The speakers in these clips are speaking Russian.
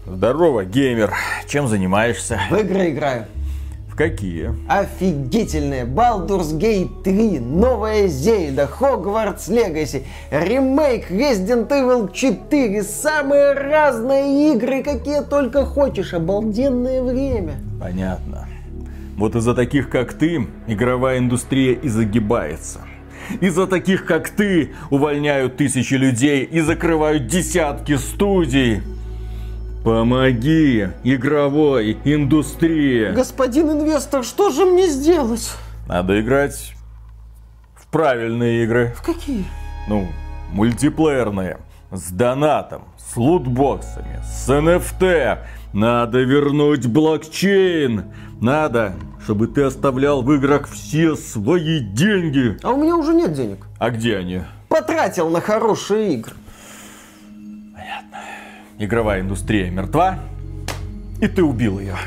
Здорово, геймер. Чем занимаешься? В игры играю. В какие? Офигительные. Baldur's Gate 3, новая Зельда, Hogwarts Legacy, ремейк Resident Evil 4, самые разные игры, какие только хочешь. Обалденное время. Понятно. Вот из-за таких, как ты, игровая индустрия и загибается. Из-за таких, как ты, увольняют тысячи людей и закрывают десятки студий. Помоги игровой индустрии. Господин инвестор, что же мне сделать? Надо играть в правильные игры. В какие? Мультиплеерные. С донатом, с лутбоксами, с NFT. Надо вернуть блокчейн. Надо, чтобы ты оставлял в играх все свои деньги. А у меня уже нет денег. А где они? Потратил на хорошие игры. Понятно. Игровая индустрия мертва, и ты убил ее.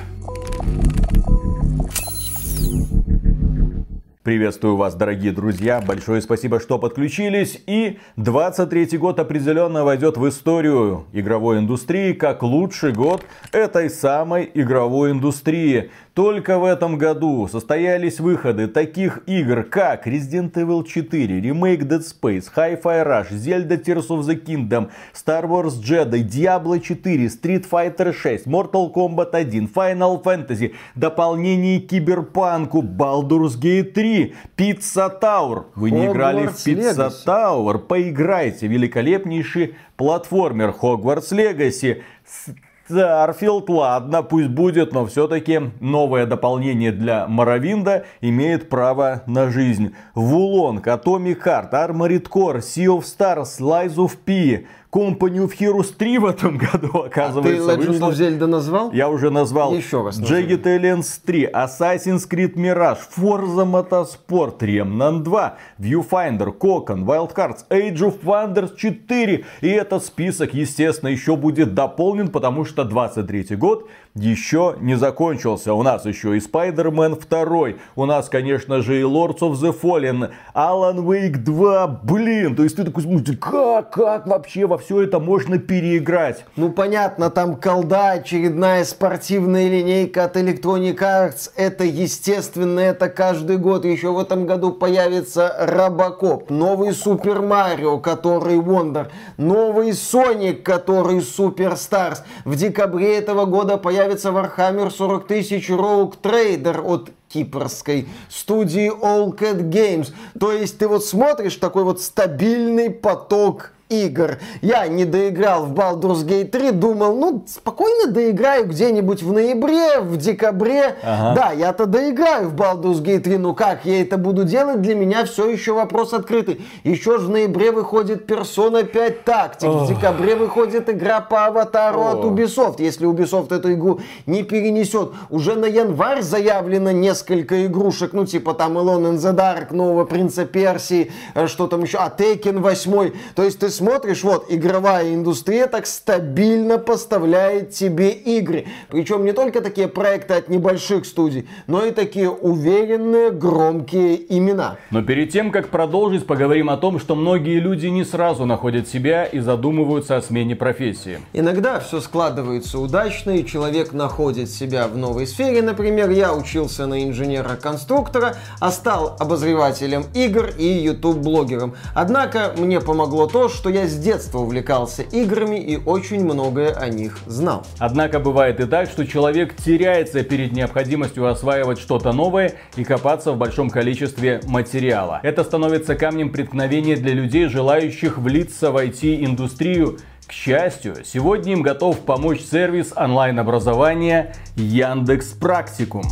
Приветствую вас, дорогие друзья. Большое спасибо, что подключились. И 23-й год определенно войдет в историю игровой индустрии как лучший год этой самой игровой индустрии. Только в этом году состоялись выходы таких игр, как Resident Evil 4, ремейк Dead Space, Hi-Fi Rush, Zelda Tears of the Kingdom, Star Wars Jedi, Diablo 4, Street Fighter 6, Mortal Kombat 1, Final Fantasy, дополнение Киберпанку, Baldur's Gate 3, Pizza Tower. Вы не играли в Pizza Tower? Поиграйте. Великолепнейший платформер Hogwarts Legacy. Starfield, ладно, пусть будет, но все-таки новое дополнение для Morrowind'а имеет право на жизнь. Wulong, Atomic Heart, Armored Core, Sea of Stars, Lies of P, Company of Heroes 3 в этом году, оказывается, ты Legend of Zelda назвал? Я уже назвал. Еще раз Jagged Alliance 3, Assassin's Creed Mirage, Forza Motorsport, Remnant 2, Viewfinder, Kokon, Wild Hearts, Age of Wonders 4. И этот список, естественно, еще будет дополнен, потому что 23-й год еще не закончился. У нас еще и Spider-Man 2, у нас, конечно же, и Lords of the Fallen, Alan Wake 2, блин. То есть ты такой смотришь, как вообще во все это можно переиграть? Понятно, там колда, очередная спортивная линейка от Electronic Arts. Это естественно, это каждый год. Еще в этом году появится Робокоп, новый Super Mario, который Wonder, новый Sonic, который Superstars. В декабре этого года появится Warhammer 40 000 Rogue Trader от кипрской студии All Cat Games. То есть ты вот смотришь такой вот стабильный поток игр. Я не доиграл в Baldur's Gate 3, думал, спокойно доиграю где-нибудь в ноябре, в декабре. Ага. Да, я-то доиграю в Baldur's Gate 3, но как я это буду делать, для меня все еще вопрос открытый. Еще же в ноябре выходит Persona 5 Tactics, в декабре выходит игра по Аватару от Ubisoft, если Ubisoft эту игру не перенесет. Уже на январь заявлено несколько игрушек, типа там Alone in the Dark, нового Принца Персии, что там еще, Tekken 8. То есть ты смотришь, вот, игровая индустрия так стабильно поставляет тебе игры. Причем не только такие проекты от небольших студий, но и такие уверенные, громкие имена. Но перед тем, как продолжить, поговорим о том, что многие люди не сразу находят себя и задумываются о смене профессии. Иногда все складывается удачно, и человек находит себя в новой сфере. Например, я учился на инженера-конструктора, а стал обозревателем игр и YouTube-блогером. Однако мне помогло то, что я с детства увлекался играми и очень многое о них знал. Однако бывает и так, что человек теряется перед необходимостью осваивать что-то новое и копаться в большом количестве материала. Это становится камнем преткновения для людей, желающих влиться в IT-индустрию. К счастью, сегодня им готов помочь сервис онлайн-образования Яндекс.Практикум.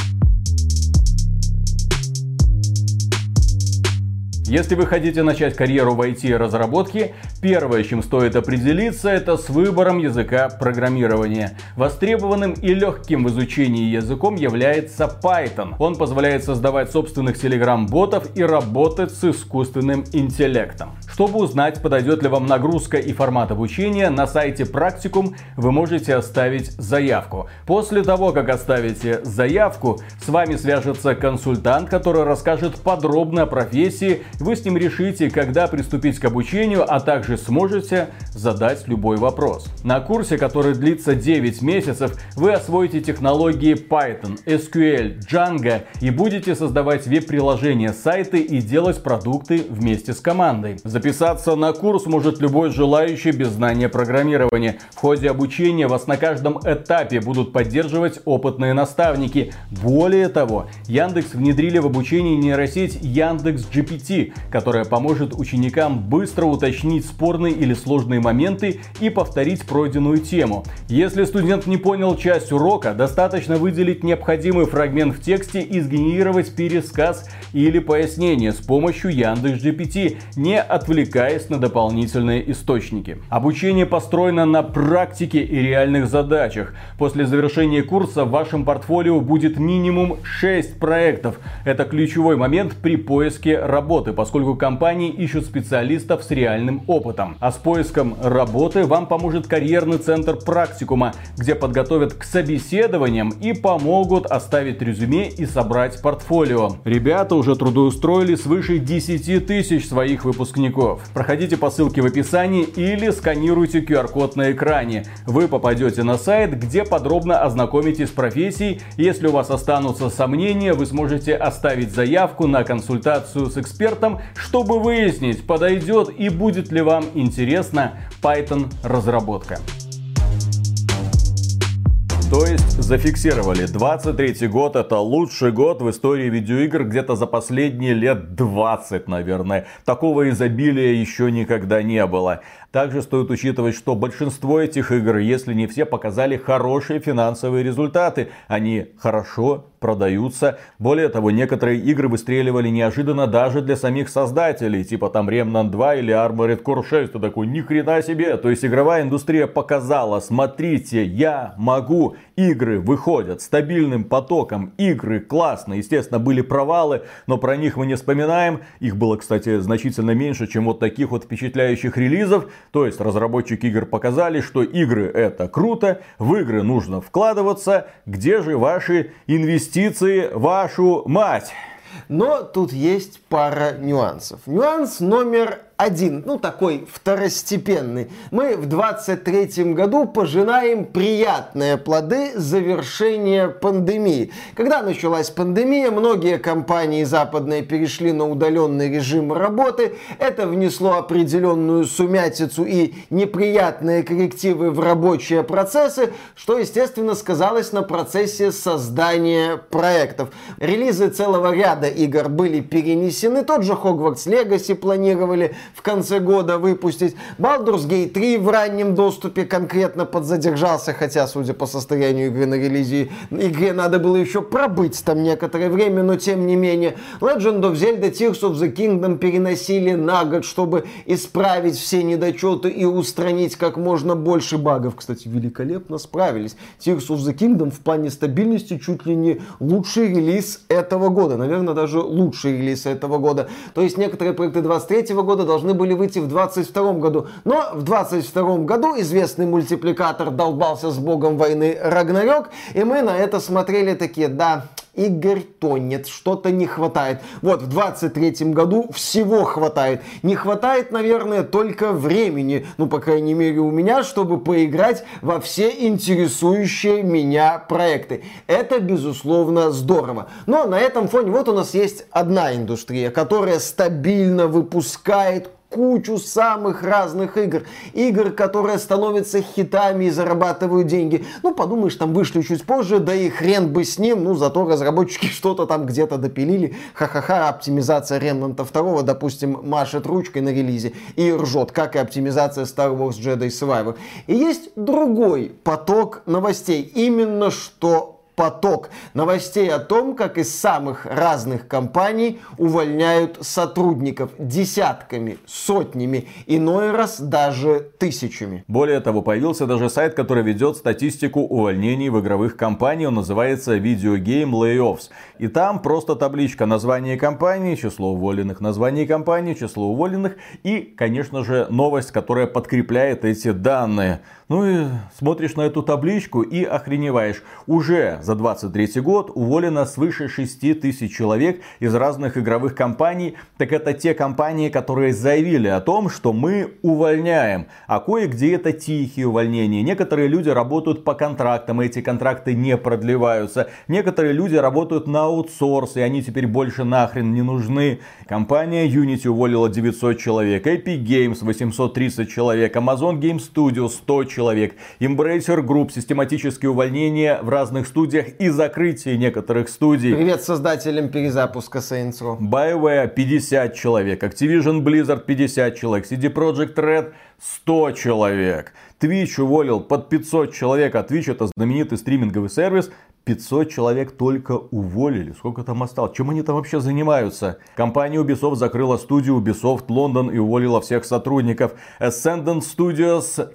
Если вы хотите начать карьеру в IT-разработке, первое, с чем стоит определиться, это с выбором языка программирования. Востребованным и легким в изучении языком является Python. Он позволяет создавать собственных Telegram-ботов и работать с искусственным интеллектом. Чтобы узнать, подойдет ли вам нагрузка и формат обучения, на сайте Практикум вы можете оставить заявку. После того, как оставите заявку, с вами свяжется консультант, который расскажет подробно о профессии. Вы с ним решите, когда приступить к обучению, а также сможете задать любой вопрос. На курсе, который длится 9 месяцев, вы освоите технологии Python, SQL, Django и будете создавать веб-приложения, сайты и делать продукты вместе с командой. Записаться на курс может любой желающий без знания программирования. В ходе обучения вас на каждом этапе будут поддерживать опытные наставники. Более того, Яндекс внедрили в обучение нейросеть Яндекс.GPT, которая поможет ученикам быстро уточнить спорные или сложные моменты и повторить пройденную тему. Если студент не понял часть урока, достаточно выделить необходимый фрагмент в тексте и сгенерировать пересказ или пояснение с помощью Яндекс.GPT, не отвлекаясь на дополнительные источники. Обучение построено на практике и реальных задачах. После завершения курса в вашем портфолио будет минимум 6 проектов. Это ключевой момент при поиске работы, поскольку компании ищут специалистов с реальным опытом. А с поиском работы вам поможет карьерный центр практикума, где подготовят к собеседованиям и помогут оставить резюме и собрать портфолио. Ребята уже трудоустроили свыше 10 тысяч своих выпускников. Проходите по ссылке в описании или сканируйте QR-код на экране. Вы попадете на сайт, где подробно ознакомитесь с профессией. Если у вас останутся сомнения, вы сможете оставить заявку на консультацию с экспертом, чтобы выяснить, подойдет и будет ли вам интересна Python разработка. То есть зафиксировали, 23 год это лучший год в истории видеоигр где-то за последние лет 20, наверное. Такого изобилия еще никогда не было. Также стоит учитывать, что большинство этих игр, если не все, показали хорошие финансовые результаты. Они хорошо продаются. Более того, некоторые игры выстреливали неожиданно даже для самих создателей. Типа там Remnant 2 или Armored Core 6. Ты такой, ни хрена себе. То есть игровая индустрия показала, смотрите, я могу. Игры выходят стабильным потоком. Игры классные. Естественно, были провалы, но про них мы не вспоминаем. Их было, кстати, значительно меньше, чем вот таких вот впечатляющих релизов. То есть разработчики игр показали, что игры это круто, в игры нужно вкладываться. Где же ваши инвестиции, вашу мать? Но тут есть пара нюансов. Нюанс номер один, такой второстепенный. Мы в 23 году пожинаем приятные плоды завершения пандемии. Когда началась пандемия, многие компании западные перешли на удаленный режим работы. Это внесло определенную сумятицу и неприятные коррективы в рабочие процессы, что, естественно, сказалось на процессе создания проектов. Релизы целого ряда игр были перенесены. Тот же Hogwarts Legacy планировали в конце года выпустить. Baldur's Gate 3 в раннем доступе конкретно подзадержался, хотя, судя по состоянию игры на релизе, игре надо было еще пробыть там некоторое время, но тем не менее. Legend of Zelda Tears of the Kingdom переносили на год, чтобы исправить все недочеты и устранить как можно больше багов. Кстати, великолепно справились. Tears of the Kingdom в плане стабильности чуть ли не лучший релиз этого года. Наверное, даже лучший релиз этого года. То есть некоторые проекты 23 года должны были выйти в 22 году. Но в 22 году известный мультипликатор долбался с богом войны Рагнарёк, и мы на это смотрели такие, да, игр тонет, что-то не хватает. Вот в 23 году всего хватает. Не хватает, наверное, только времени, по крайней мере у меня, чтобы поиграть во все интересующие меня проекты. Это, безусловно, здорово. Но на этом фоне вот у нас есть одна индустрия, которая стабильно выпускает кучу самых разных игр. Игр, которые становятся хитами и зарабатывают деньги. Подумаешь, там вышли чуть позже, да и хрен бы с ним. Зато разработчики что-то там где-то допилили. Ха-ха-ха, оптимизация Remnant 2, допустим, машет ручкой на релизе и ржет, как и оптимизация Star Wars Jedi Survivor. И есть другой поток новостей. Именно что поток новостей о том, как из самых разных компаний увольняют сотрудников десятками, сотнями, иной раз даже тысячами. Более того, появился даже сайт, который ведет статистику увольнений в игровых компаниях. Он называется Video Game Layoffs. И там просто табличка: название компании, число уволенных, название компании, число уволенных и, конечно же, новость, которая подкрепляет эти данные. И смотришь на эту табличку и охреневаешь. Уже за 23 год уволено свыше 6 тысяч человек из разных игровых компаний. Так это те компании, которые заявили о том, что мы увольняем. А кое-где это тихие увольнения. Некоторые люди работают по контрактам, и эти контракты не продлеваются. Некоторые люди работают на аутсорс, и они теперь больше нахрен не нужны. Компания Unity уволила 900 человек, Epic Games 830 человек, Amazon Game Studios 100 человек, Embracer Group систематические увольнения в разных студиях и закрытие некоторых студий. Привет создателям перезапуска Saints Row. BioWare 50 человек, Activision Blizzard 50 человек, CD Projekt Red 100 человек. Twitch уволил под 500 человек, а Twitch это знаменитый стриминговый сервис. 500 человек только уволили. Сколько там осталось? Чем они там вообще занимаются? Компания Ubisoft закрыла студию Ubisoft London и уволила всех сотрудников. Ascendant Studios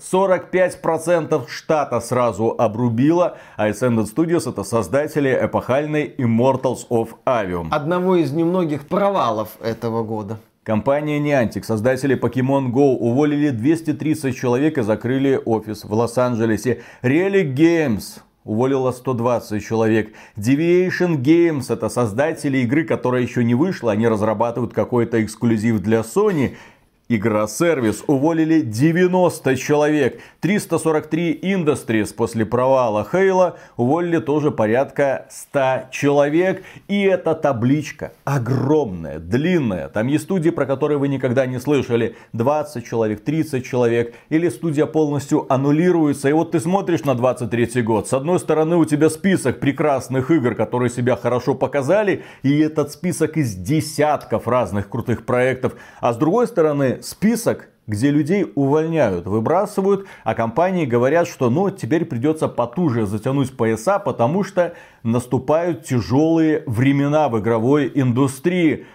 45% штата сразу обрубила. А Ascendant Studios это создатели эпохальной Immortals of Aveum. Одного из немногих провалов этого года. Компания Niantic, создатели Pokemon Go, уволили 230 человек и закрыли офис в Лос-Анджелесе. Relic Games уволила 120 человек. Deviation Games, это создатели игры, которая еще не вышла. Они разрабатывают какой-то эксклюзив для Sony. Игра-сервис уволили 90 человек. 343 Industries после провала Halo уволили тоже порядка 100 человек. И эта табличка огромная, длинная. Там есть студии, про которые вы никогда не слышали. 20 человек, 30 человек. Или студия полностью аннулируется. И вот ты смотришь на 23 год. С одной стороны у тебя список прекрасных игр, которые себя хорошо показали. И этот список из десятков разных крутых проектов. А с другой стороны список, где людей увольняют, выбрасывают, а компании говорят, что теперь придется потуже затянуть пояса, потому что наступают тяжелые времена в игровой индустрии.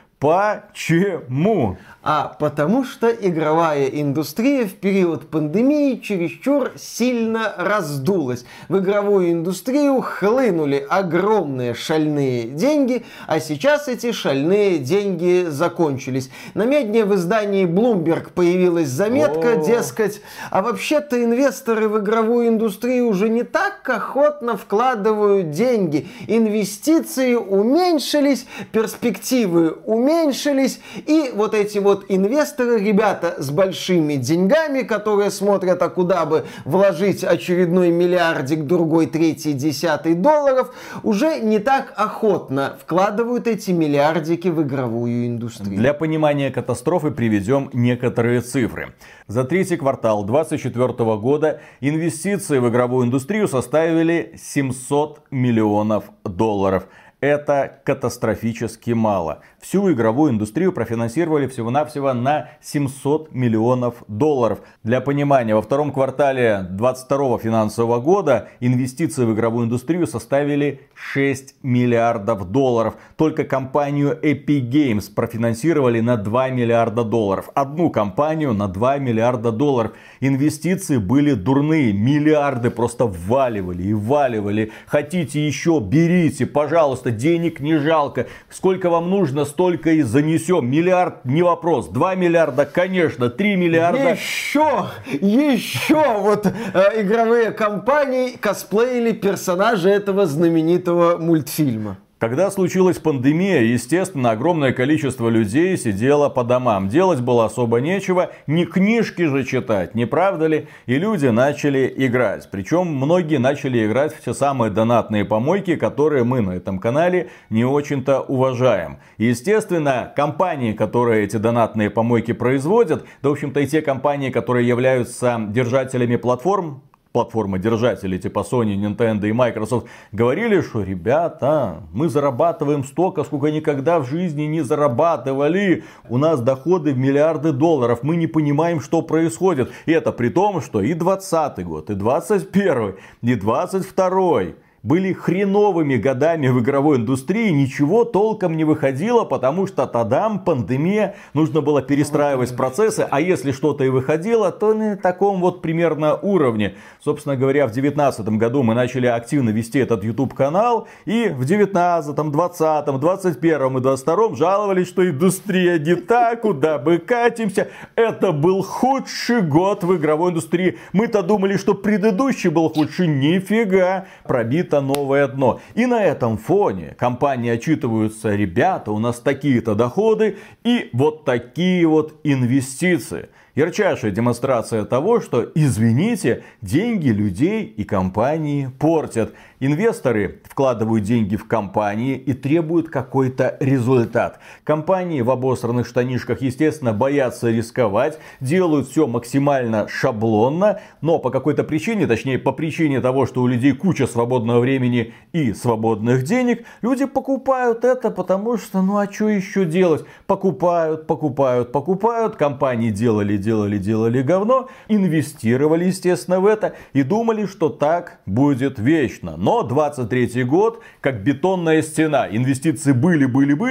Почему? А потому что игровая индустрия в период пандемии чересчур сильно раздулась. В игровую индустрию хлынули огромные шальные деньги, а сейчас эти шальные деньги закончились. На медне в издании Bloomberg появилась заметка, дескать, а вообще-то инвесторы в игровую индустрию уже не так охотно вкладывают деньги. Инвестиции уменьшились, перспективы уменьшились, и вот эти вот инвесторы, ребята с большими деньгами, которые смотрят, а куда бы вложить очередной миллиардик, другой, третий, десятый долларов, уже не так охотно вкладывают эти миллиардики в игровую индустрию. Для понимания катастрофы приведем некоторые цифры. За третий квартал 2024 года инвестиции в игровую индустрию составили 700 миллионов долларов. Это катастрофически мало. Всю игровую индустрию профинансировали всего-навсего на 700 миллионов долларов. Для понимания, во втором квартале 2022 финансового года инвестиции в игровую индустрию составили 6 миллиардов долларов. Только компанию Epic Games профинансировали на 2 миллиарда долларов. Одну компанию на 2 миллиарда долларов. Инвестиции были дурные. Миллиарды просто вваливали и вваливали. Хотите еще, берите, пожалуйста. Денег не жалко. Сколько вам нужно, столько и занесем. Миллиард не вопрос. 2 миллиарда, конечно. 3 миллиарда. Еще вот игровые компании косплеили персонажа этого знаменитого мультфильма. Когда случилась пандемия, естественно, огромное количество людей сидело по домам. Делать было особо нечего, не книжки же читать, не правда ли? И люди начали играть. Причем многие начали играть в те самые донатные помойки, которые мы на этом канале не очень-то уважаем. Естественно, компании, которые эти донатные помойки производят, да, в общем-то, и те компании, которые являются держателями платформы-держатели типа Sony, Nintendo и Microsoft говорили, что ребята, мы зарабатываем столько, сколько никогда в жизни не зарабатывали. У нас доходы в миллиарды долларов, мы не понимаем, что происходит. И это при том, что и 20 год, и 21, и 22 были хреновыми годами в игровой индустрии, ничего толком не выходило, потому что тадам, пандемия, нужно было перестраивать процессы, а если что-то и выходило, то на таком вот примерно уровне. Собственно говоря, в 2019 году мы начали активно вести этот YouTube канал, и в 2019, 2020, 2021 и 2022 жаловались, что индустрия не та, куда бы катимся. Это был худший год в игровой индустрии. Мы-то думали, что предыдущий был худший, нифига. Пробит какие-то новое дно. И на этом фоне компании отчитываются: ребята, у нас такие-то доходы и вот такие вот инвестиции. Ярчайшая демонстрация того, что, извините, деньги людей и компании портят. Инвесторы вкладывают деньги в компании и требуют какой-то результат. Компании в обосранных штанишках, естественно, боятся рисковать, делают все максимально шаблонно, но по какой-то причине, точнее по причине того, что у людей куча свободного времени и свободных денег, люди покупают это, потому что, ну а что еще делать? Покупают, компании делали говно, инвестировали, естественно, в это и думали, что так будет вечно. Но 23 год, как бетонная стена. Инвестиции были,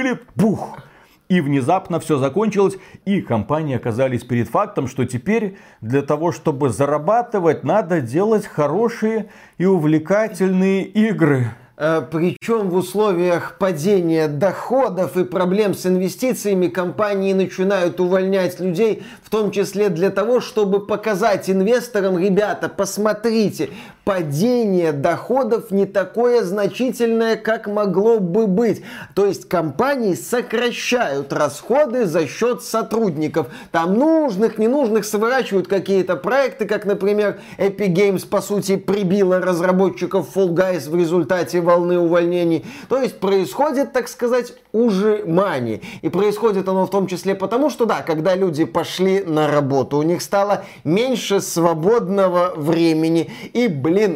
бух! И внезапно все закончилось, и компании оказались перед фактом, что теперь для того, чтобы зарабатывать, надо делать хорошие и увлекательные игры. Причем в условиях падения доходов и проблем с инвестициями компании начинают увольнять людей, в том числе для того, чтобы показать инвесторам: ребята, посмотрите, падение доходов не такое значительное, как могло бы быть. То есть компании сокращают расходы за счет сотрудников. Там нужных, ненужных сворачивают какие-то проекты, как, например, Epic Games, по сути, прибила разработчиков Fall Guys в результате волны увольнений. То есть происходит, так сказать, ужимание. И происходит оно в том числе потому, что, да, когда люди пошли на работу, у них стало меньше свободного времени. И,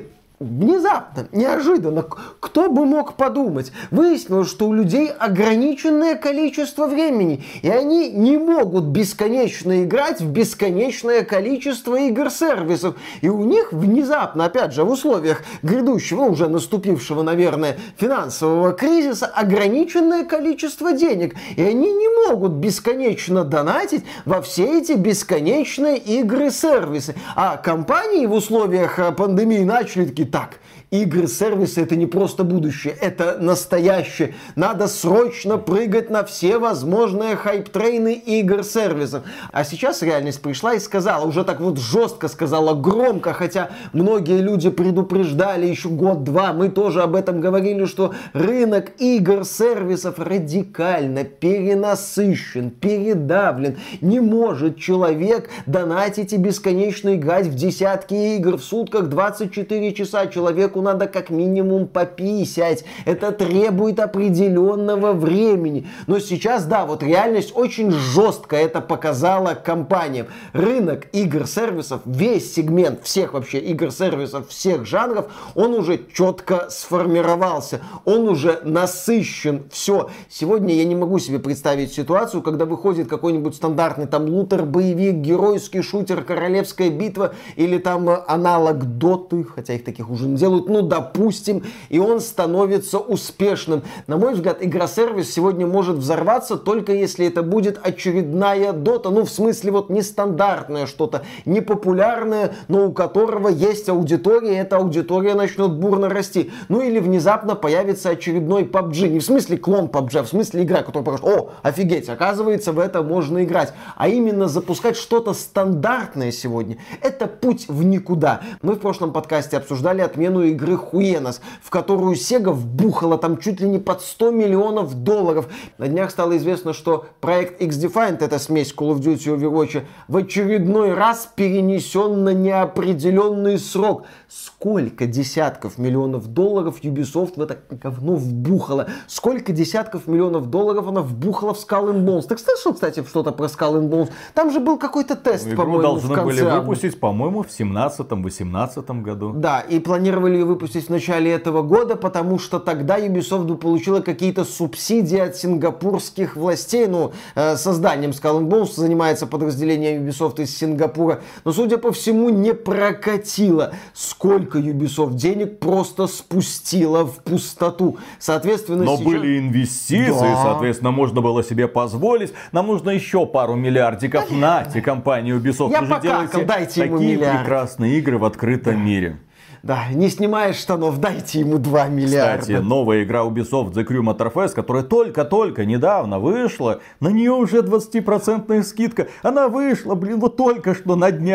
внезапно, неожиданно, кто бы мог подумать, выяснилось, что у людей ограниченное количество времени, и они не могут бесконечно играть в бесконечное количество игр-сервисов. И у них внезапно, опять же, в условиях грядущего, уже наступившего, наверное, финансового кризиса, ограниченное количество денег. И они не могут бесконечно донатить во все эти бесконечные игры-сервисы. А компании в условиях пандемии начали такие: так, игры-сервисы — это не просто будущее, это настоящее. Надо срочно прыгать на все возможные хайп-трейны игр-сервисов. А сейчас реальность пришла и сказала, уже так вот жестко сказала, громко, хотя многие люди предупреждали еще год-два, мы тоже об этом говорили, что рынок игр-сервисов радикально перенасыщен, передавлен. Не может человек донатить и бесконечно играть в десятки игр в сутках 24 часа. Человеку надо как минимум пописать. Это требует определенного времени. Но сейчас, да, вот реальность очень жестко это показала компаниям. Рынок игр-сервисов, весь сегмент всех вообще игр-сервисов, всех жанров, он уже четко сформировался. Он уже насыщен. Все. Сегодня я не могу себе представить ситуацию, когда выходит какой-нибудь стандартный там лутер, боевик, геройский шутер, королевская битва или там аналог доты, хотя их таких уже не делают, ну, допустим, и он становится успешным. На мой взгляд, игра-сервис сегодня может взорваться только если это будет очередная дота, ну, в смысле, вот нестандартное что-то, непопулярное, но у которого есть аудитория, и эта аудитория начнет бурно расти. Ну, или внезапно появится очередной PUBG, не в смысле клон PUBG, а в смысле игра, которая покажет: о, офигеть, оказывается, в это можно играть. А именно запускать что-то стандартное сегодня, это путь в никуда. Мы в прошлом подкасте обсуждали отмену игры Хуенос, в которую Sega вбухала там чуть ли не под $100 миллионов. На днях стало известно, что проект X-Defiant, это смесь Call of Duty и Overwatch, в очередной раз перенесен на неопределенный срок. Сколько десятков миллионов долларов Ubisoft в это говно вбухала? Сколько десятков миллионов долларов она вбухала в Skull and Bones? Ты слышал, кстати, что-то про Skull and Bones? Там же был какой-то тест, по-моему, в конце. Должны были выпустить, по-моему, в 17-18 году. Да, и планировали ее выпустить в начале этого года, потому что тогда Ubisoft бы получила какие-то субсидии от сингапурских властей. Ну, созданием Skull and Bones занимается подразделение Ubisoft из Сингапура. Но, судя по всему, не прокатило. Сколько Ubisoft денег просто спустила в пустоту. Соответственно, но сейчас... были инвестиции, да. Соответственно, можно было себе позволить. Нам нужно еще пару миллиардиков. Нате, компания Ubisoft. Я Вы же делаете такие прекрасные игры в открытом мире. Да, не снимаешь штанов, дайте ему 2 миллиарда. Кстати, новая игра Ubisoft The Crew Motorfest, которая только-только недавно вышла, на нее уже 20% скидка. Она вышла, вот только что на днях.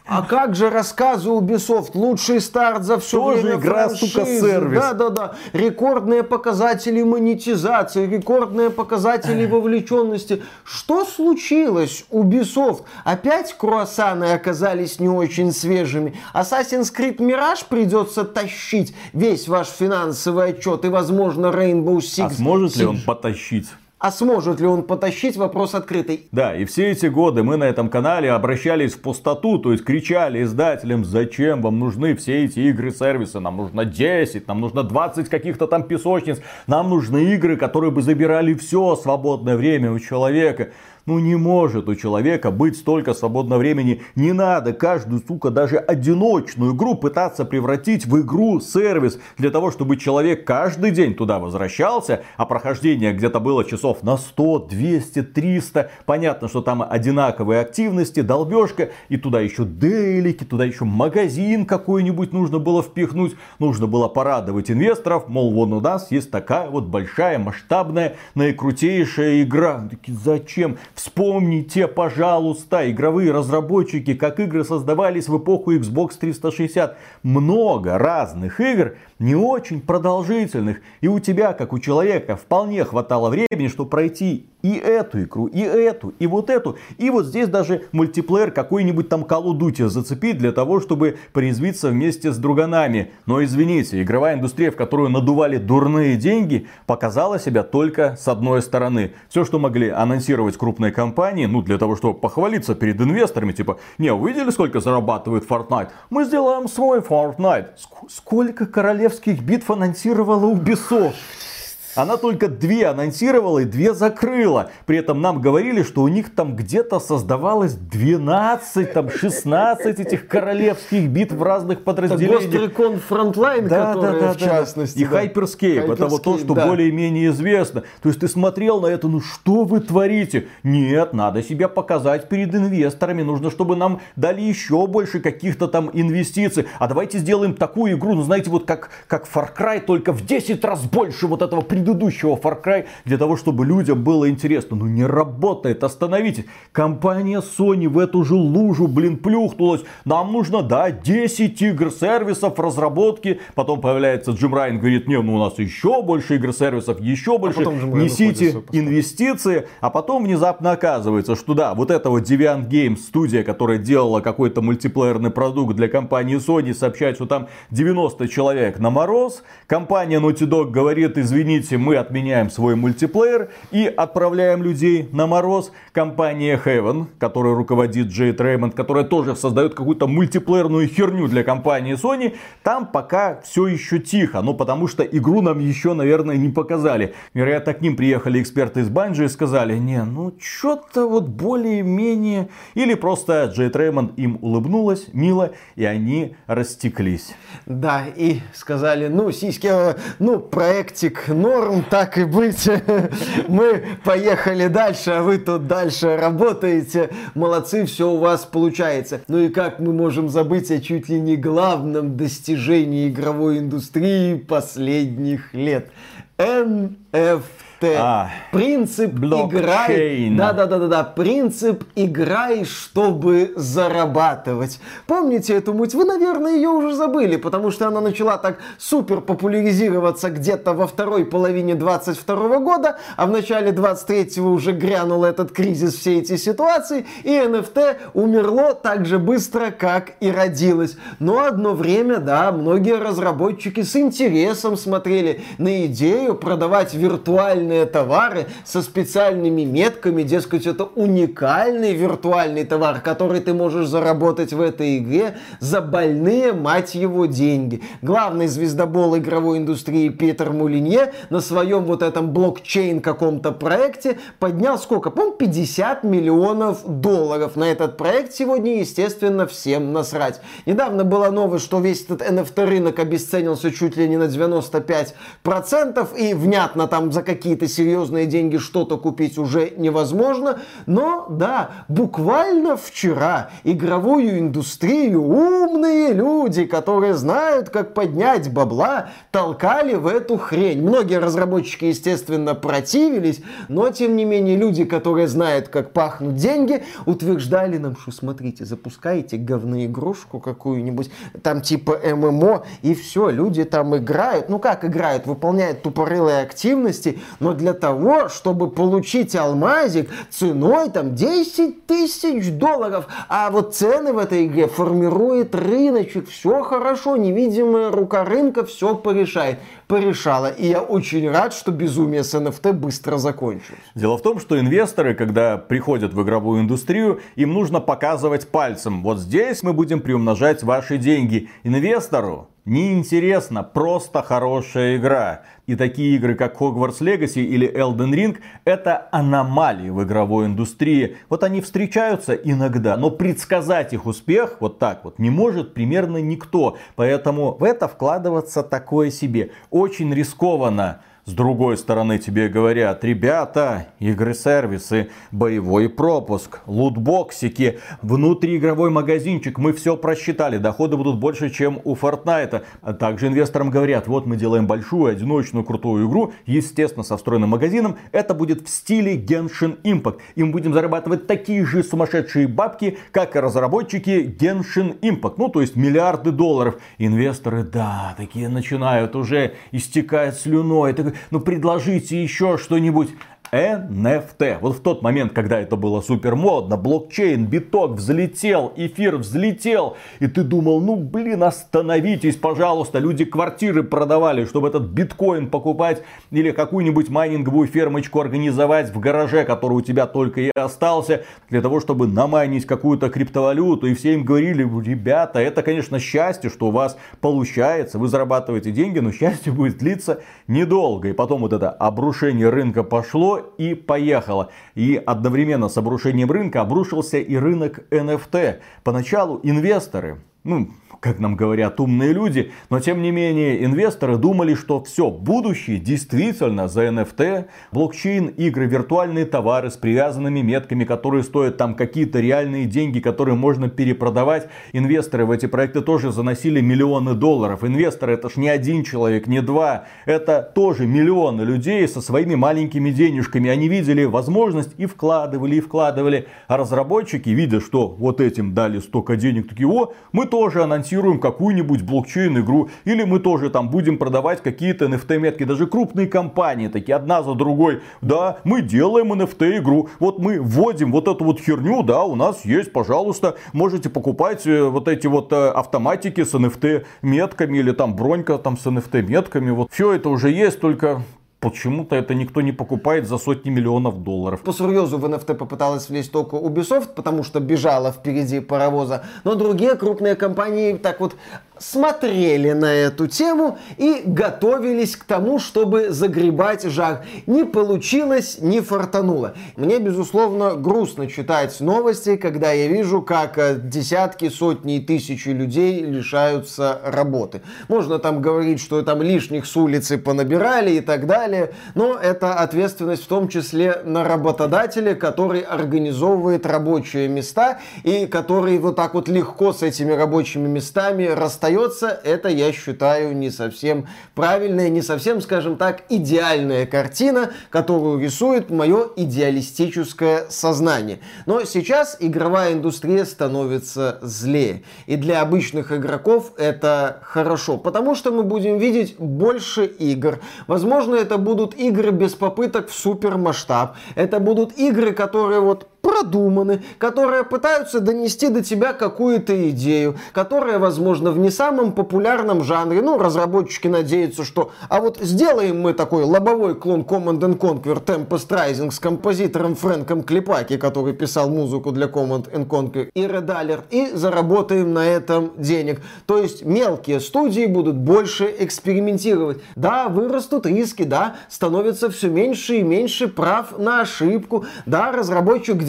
А как же рассказы Ubisoft? Лучший старт за все Тоже время игра, франшизы. сука, сервис. Да. Рекордные показатели монетизации, рекордные показатели вовлеченности. Что случилось, Ubisoft? Опять круассаны оказались не очень свежими. Assassin's Creed Mirage придется тащить весь ваш финансовый отчет и, возможно, Rainbow Six. А сможет ли он потащить? А сможет ли он потащить, вопрос открытый. Да, и все эти годы мы на этом канале обращались в пустоту, то есть кричали издателям, зачем вам нужны все эти игры-сервисы, нам нужно 10, нам нужно 20 каких-то там песочниц, нам нужны игры, которые бы забирали все свободное время у человека. Ну не может у человека быть столько свободного времени. Не надо каждую, сука, даже одиночную игру пытаться превратить в игру-сервис. Для того, чтобы человек каждый день туда возвращался, а прохождение где-то было часов на 100, 200, 300. Понятно, что там одинаковые активности, долбежка. И туда еще дейлики, туда еще магазин какой-нибудь нужно было впихнуть. Нужно было порадовать инвесторов. Мол, вон у нас есть такая вот большая, масштабная, наикрутейшая игра. Такие, зачем? Вспомните, пожалуйста, игровые разработчики, как игры создавались в эпоху Xbox 360. Много разных игр, не очень продолжительных. И у тебя, как у человека, вполне хватало времени, чтобы пройти и эту игру, и эту, и вот эту. И вот здесь даже мультиплеер какой-нибудь там Call of Duty зацепить для того, чтобы порезвиться вместе с друганами. Но извините, игровая индустрия, в которую надували дурные деньги, показала себя только с одной стороны. Все, что могли анонсировать крупные компании, ну для того, чтобы похвалиться перед инвесторами, типа, не, увидели, сколько зарабатывает Fortnite? Мы сделаем свой Fortnite. Сколько королевских битв анонсировала Ubisoft? Она только 2 анонсировала и 2 закрыла. При этом нам говорили, что у них там где-то создавалось 12, там 16 этих королевских битв в разных подразделениях. Ghost Recon Frontline, который в частности. И Hyperscape, это вот то, что более-менее известно. То есть ты смотрел на это, ну что вы творите? Нет, надо себя показать перед инвесторами. Нужно, чтобы нам дали еще больше каких-то там инвестиций. А давайте сделаем такую игру, ну знаете, вот как Far Cry, только в 10 раз больше вот этого предыдущего Far Cry, для того, чтобы людям было интересно. Ну не работает, остановитесь. Компания Sony в эту же лужу, плюхнулась. Нам нужно, 10 игр-сервисов в разработке. Потом появляется Джим Райан, говорит, не, ну у нас еще больше игр-сервисов, еще больше. Несите инвестиции. А потом внезапно оказывается, что да, вот эта вот Deviant Games, студия, которая делала какой-то мультиплеерный продукт для компании Sony, сообщает, что там 90 человек на мороз. Компания Naughty Dog говорит, извините, мы отменяем свой мультиплеер и отправляем людей на мороз. Компания Haven, которой руководит Джейд Реймонд, которая тоже создает какую-то мультиплеерную херню для компании Sony, там пока все еще тихо. Ну, потому что игру нам еще, наверное, не показали. Вероятно, к ним приехали эксперты из Bungie и сказали, не, ну, что-то вот более-менее. Или просто Джейд Реймонд им улыбнулась мило, и они растеклись. Да, и сказали, ну, сиськи, ну, проектик норм, так и быть. Мы поехали дальше, а вы тут дальше работаете. Молодцы, все у вас получается. Ну и как мы можем забыть о чуть ли не главном достижении игровой индустрии последних лет? NFT. Принцип играй. Да. Принцип играй, чтобы зарабатывать. Помните эту муть? Вы, наверное, ее уже забыли, потому что она начала так супер популяризироваться где-то во второй половине 22 года, а в начале 23-го уже грянул этот кризис, все эти ситуации, и NFT умерло так же быстро, как и родилось. Но одно время, да, многие разработчики с интересом смотрели на идею продавать виртуальные товары со специальными метками, дескать, это уникальный виртуальный товар, который ты можешь заработать в этой игре за больные, мать его, деньги. Главный звездобол игровой индустрии Питер Мулинье на своем вот этом блокчейн каком-то проекте поднял сколько? По-моему, $50 миллионов. На этот проект сегодня, естественно, всем насрать. Недавно была новость, что весь этот NFT рынок обесценился чуть ли не на 95%, и внятно там за какие-то какие-то серьезные деньги что-то купить уже невозможно. Но да, буквально вчера игровую индустрию умные люди, которые знают, как поднять бабла, толкали в эту хрень. Многие разработчики, естественно, противились, но тем не менее люди, которые знают, как пахнут деньги, утверждали нам, что смотрите, запускаете говноигрушку какую-нибудь, там типа ММО, и все, люди там играют. Ну как играют? Выполняют тупорылые активности, но для того, чтобы получить алмазик ценой там 10 тысяч $. А вот цены в этой игре формирует рыночек. Все хорошо, невидимая рука рынка все порешала. И я очень рад, что безумие с NFT быстро закончилось. Дело в том, что инвесторы, когда приходят в игровую индустрию, им нужно показывать пальцем. Вот здесь мы будем приумножать ваши деньги. Инвестору неинтересно, просто хорошая игра. И такие игры, как Hogwarts Legacy или Elden Ring, это аномалии в игровой индустрии. Вот они встречаются иногда, но предсказать их успех вот так вот не может примерно никто. Поэтому в это вкладываться такое себе очень рискованно. С другой стороны тебе говорят: ребята, игры-сервисы, боевой пропуск, лутбоксики, внутриигровой магазинчик, мы все просчитали, доходы будут больше, чем у Fortnite. А также инвесторам говорят: вот мы делаем большую, одиночную, крутую игру, естественно, со встроенным магазином, это будет в стиле Genshin Impact. И мы будем зарабатывать такие же сумасшедшие бабки, как и разработчики Genshin Impact, ну то есть миллиарды $. Инвесторы, да, такие начинают уже истекать слюной, ну предложите еще что-нибудь. NFT. Вот в тот момент, когда это было супер модно, блокчейн, биток взлетел, эфир взлетел, и ты думал: ну блин, остановитесь, пожалуйста. Люди квартиры продавали, чтобы этот биткоин покупать или какую-нибудь майнинговую фермочку организовать в гараже, который у тебя только и остался, для того, чтобы намайнить какую-то криптовалюту. И все им говорили: ребята, это, конечно, счастье, что у вас получается, вы зарабатываете деньги, но счастье будет длиться недолго. И потом вот это обрушение рынка пошло и поехало. И одновременно с обрушением рынка обрушился и рынок NFT. Поначалу инвесторы, как нам говорят умные люди, но тем не менее инвесторы думали, что все, будущее действительно за NFT, блокчейн, игры, виртуальные товары с привязанными метками, которые стоят там какие-то реальные деньги, которые можно перепродавать. Инвесторы в эти проекты тоже заносили миллионы $. Инвесторы — это ж не один человек, не два, это тоже миллионы людей со своими маленькими денежками. Они видели возможность и вкладывали, и вкладывали. А разработчики, видя, что вот этим дали столько денег, такие: о, мы тоже анонсируем какую-нибудь блокчейн-игру, или мы тоже там будем продавать какие-то NFT-метки. Даже крупные компании такие, одна за другой: да, мы делаем NFT-игру, вот мы вводим вот эту вот херню, да, у нас есть, пожалуйста, можете покупать вот эти вот автоматики с NFT-метками, или там бронька там с NFT-метками, вот все это уже есть, только почему-то это никто не покупает за сотни миллионов $. По серьезу в NFT попыталась влезть только Ubisoft, потому что бежала впереди паровоза. Но другие крупные компании так вот смотрели на эту тему и готовились к тому, чтобы загребать жар. Не получилось, не фартануло. Мне, безусловно, грустно читать новости, когда я вижу, как десятки, сотни и тысячи людей лишаются работы. Можно там говорить, что там лишних с улицы понабирали и так далее, но это ответственность в том числе на работодателя, который организовывает рабочие места и который вот так вот легко с этими рабочими местами расстается. Это, я считаю, не совсем правильная, не совсем, скажем так, идеальная картина, которую рисует мое идеалистическое сознание. Но сейчас игровая индустрия становится злее. И для обычных игроков это хорошо, потому что мы будем видеть больше игр. Возможно, это будут игры без попыток в супермасштаб. Это будут игры, которые вот продуманы, которые пытаются донести до тебя какую-то идею, которая, возможно, в не самом популярном жанре. Ну, разработчики надеются, что а вот сделаем мы такой лобовой клон Command & Conquer Tempest Rising с композитором Фрэнком Клипаки, который писал музыку для Command & Conquer и Red Alert, и заработаем на этом денег. То есть мелкие студии будут больше экспериментировать. Да, вырастут риски, да, становится все меньше и меньше прав на ошибку. Да, разработчик где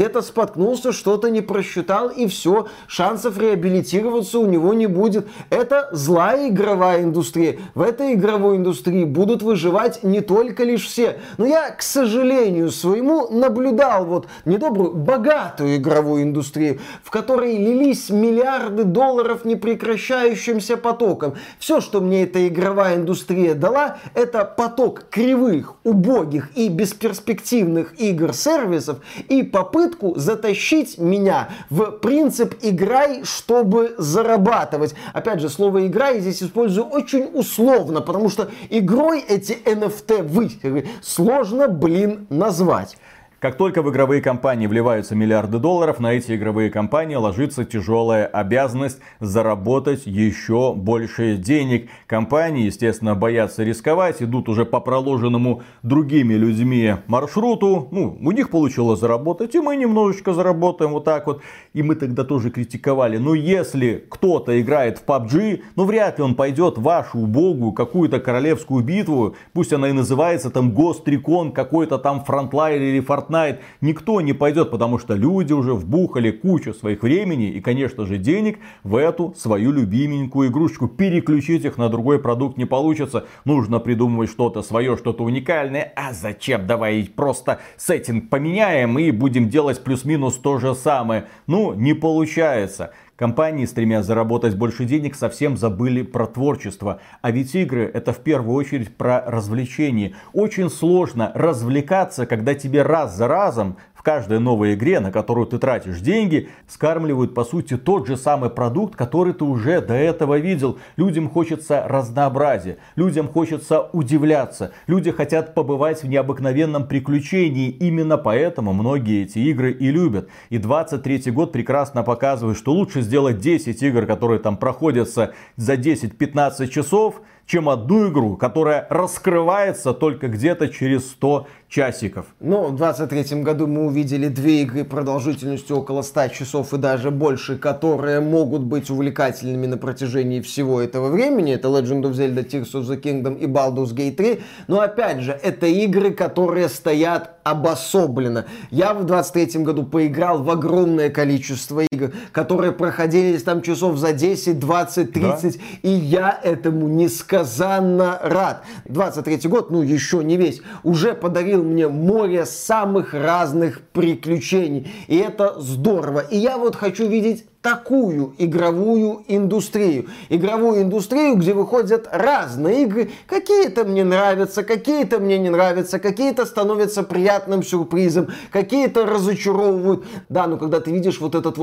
где-то споткнулся, что-то не просчитал, и все, шансов реабилитироваться у него не будет. Это злая игровая индустрия. В этой игровой индустрии будут выживать не только лишь все. Но я, к сожалению своему, наблюдал вот недобрую, богатую игровую индустрию, в которой лились миллиарды долларов непрекращающимся потоком. Все, что мне эта игровая индустрия дала, это поток кривых, убогих и бесперспективных игр-сервисов и попытку затащить меня в принцип «играй, чтобы зарабатывать». Опять же, слово «играй» здесь использую очень условно, потому что игрой эти NFT-высеры сложно, назвать. Как только в игровые компании вливаются миллиарды долларов, на эти игровые компании ложится тяжелая обязанность заработать еще больше денег. Компании, естественно, боятся рисковать, идут уже по проложенному другими людьми маршруту. У них получилось заработать, и мы немножечко заработаем вот так вот. И мы тогда тоже критиковали. Но если кто-то играет в PUBG, вряд ли он пойдет в вашу убогую какую-то королевскую битву. Пусть она и называется там Ghost Recon, какой-то там Frontline или Fortnite. Никто не пойдет, потому что люди уже вбухали кучу своих времени и, конечно же, денег в эту свою любименькую игрушечку. Переключить их на другой продукт не получится. Нужно придумывать что-то свое, что-то уникальное. А зачем? Давай просто сеттинг поменяем и будем делать плюс-минус то же самое. Не получается. Компании, стремясь заработать больше денег, совсем забыли про творчество. А ведь игры — это в первую очередь про развлечение. Очень сложно развлекаться, когда тебе раз за разом в каждой новой игре, на которую ты тратишь деньги, скармливают по сути тот же самый продукт, который ты уже до этого видел. Людям хочется разнообразия, людям хочется удивляться, люди хотят побывать в необыкновенном приключении. Именно поэтому многие эти игры и любят. И 23-й год прекрасно показывает, что лучше сделать 10 игр, которые там проходятся за 10-15 часов, чем одну игру, которая раскрывается только где-то через 100 часиков. В 23 году мы увидели 2 игры продолжительностью около 100 часов и даже больше, которые могут быть увлекательными на протяжении всего этого времени. Это Legend of Zelda Tears of the Kingdom и Baldur's Gate 3. Но опять же, это игры, которые стоят обособленно. Я в 23 году поиграл в огромное количество игр, которые проходились там часов за 10, 20, 30, да? И я этому несказанно рад. 23 год, еще не весь, уже подарил мне море самых разных приключений. И это здорово. И я хочу видеть такую игровую индустрию. Игровую индустрию, где выходят разные игры. Какие-то мне нравятся, какие-то мне не нравятся, какие-то становятся приятным сюрпризом, какие-то разочаровывают. Да, но когда ты видишь вот этот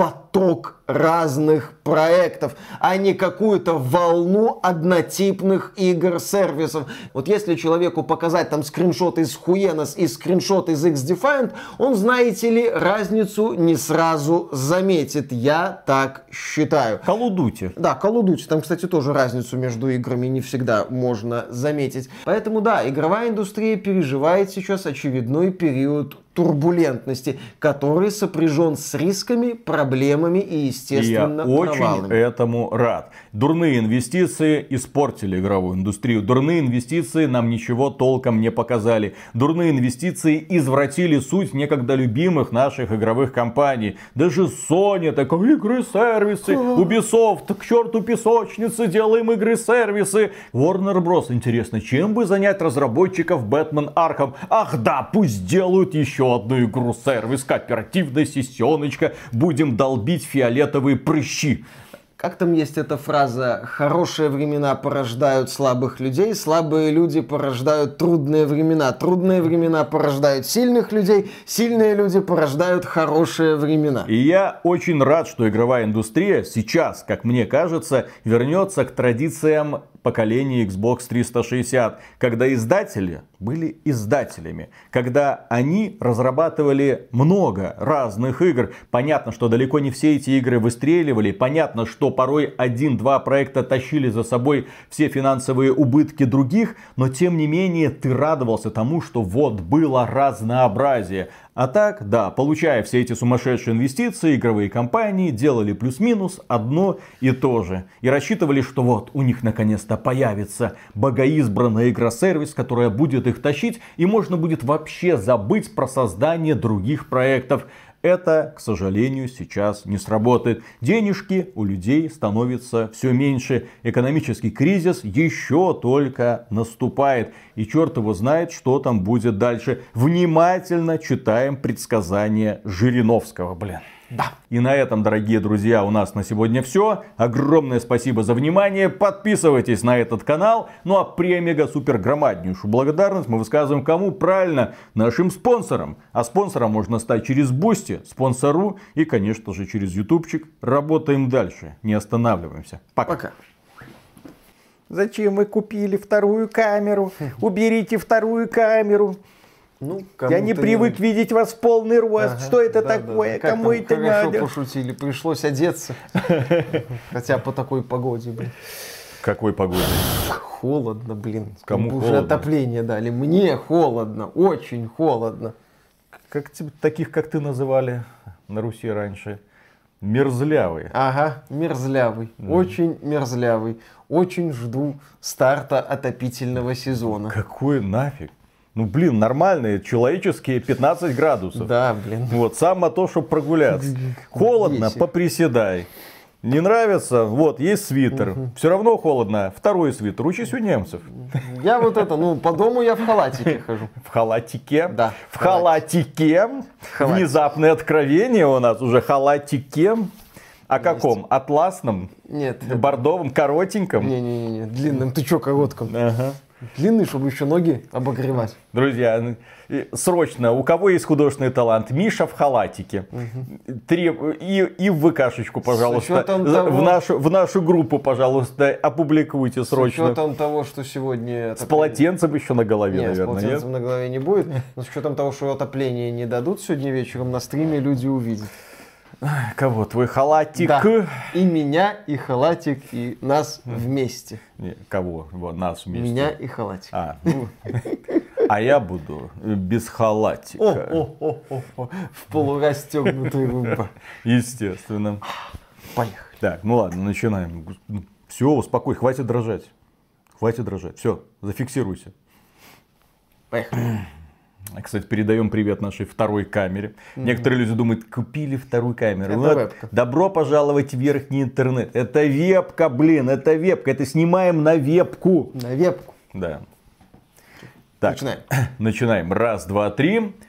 поток разных проектов, а не какую-то волну однотипных игр-сервисов. Если человеку показать там скриншот из Хуенос и скриншот из X-Defiant, он, знаете ли, разницу не сразу заметит. Я так считаю. Call of Duty. Да, Call of Duty. Там, кстати, тоже разницу между играми не всегда можно заметить. Поэтому, да, игровая индустрия переживает сейчас очередной период турбулентности, который сопряжен с рисками, проблемами и, естественно, провалами. Я очень этому рад. Дурные инвестиции испортили игровую индустрию. Дурные инвестиции нам ничего толком не показали. Дурные инвестиции извратили суть некогда любимых наших игровых компаний. Даже Sony такой: игры-сервисы, Ubisoft, к черту песочницы, делаем игры-сервисы. Warner Bros. Интересно, чем бы занять разработчиков Batman Arkham? Ах да, пусть делают еще одну игру-сервис, кооперативная сессионочка, будем долбить фиолетовые прыщи. Как там есть эта фраза: хорошие времена порождают слабых людей, слабые люди порождают трудные времена порождают сильных людей, сильные люди порождают хорошие времена. И я очень рад, что игровая индустрия сейчас, как мне кажется, вернется к традициям поколения Xbox 360, когда издатели были издателями, когда они разрабатывали много разных игр. Понятно, что далеко не все эти игры выстреливали, понятно, что порой 1-2 проекта тащили за собой все финансовые убытки других, но тем не менее ты радовался тому, что было разнообразие. А так, да, получая все эти сумасшедшие инвестиции, игровые компании делали плюс-минус одно и то же. И рассчитывали, что у них наконец-то появится богоизбранная игра-сервис, которая будет их тащить, и можно будет вообще забыть про создание других проектов. Это, к сожалению, сейчас не сработает. Денежки у людей становится все меньше. Экономический кризис еще только наступает. И черт его знает, что там будет дальше. Внимательно читаем предсказания Жириновского. Да. И на этом, дорогие друзья, у нас на сегодня все. Огромное спасибо за внимание. Подписывайтесь на этот канал. Ну а премега-супер громаднейшую благодарность мы высказываем кому? Правильно, нашим спонсорам. А спонсором можно стать через Бусти, спонсору и, конечно же, через ютубчик. Работаем дальше. Не останавливаемся. Пока. Зачем вы купили вторую камеру? Уберите вторую камеру. Я не привык видеть вас в полный рост. Что это такое? Да. Кому это надо? Хорошо пошутили. Пришлось одеться. Хотя по такой погоде, Какой погоде? Холодно, Кому уже холодно? отопление дали. Мне холодно. Очень холодно. Таких, как ты называли на Руси раньше. Мерзлявые. Ага, мерзлявый. Очень мерзлявый. Очень жду старта отопительного сезона. Какой нафиг? Нормальные человеческие 15 градусов. Да, Вот, самое то, чтобы прогуляться. Холодно, поприседай. Не нравится? Вот, есть свитер. Все равно холодно. Второй свитер. Учись у немцев. Я по дому я в халатике хожу. В халатике? Да. В халатике. Внезапное откровение у нас уже. Халатике. О каком? Атласном? Нет. Бордовом, коротеньком? Не-не-не, длинным. Ты чё, коротком? Ага. Длинный, чтобы еще ноги обогревать. Друзья, срочно, у кого есть художественный талант? Миша в халатике. И в ВКшечку, пожалуйста. В нашу группу, пожалуйста, опубликуйте срочно. С учетом того, что сегодня... С полотенцем еще на голове, нет, наверное. С полотенцем на голове не будет. Но с учетом того, что отопление не дадут сегодня вечером, на стриме люди увидят. Кого? Твой халатик? Да. И меня, и халатик, и нас вместе. Кого? Нас вместе. Меня и халатик. А я буду без халатика. В полурастегнутой рубе. Естественно. Поехали. Так, ладно, начинаем. Все, успокой, хватит дрожать. Все, зафиксируйся. Поехали. Кстати, передаем привет нашей второй камере. Некоторые люди думают, купили вторую камеру. Это вебка. Добро пожаловать в верхний интернет. Это вебка, это вебка. Это снимаем на вебку. На вебку. Да. Так, Начинаем. Начинаем. Раз, два, три.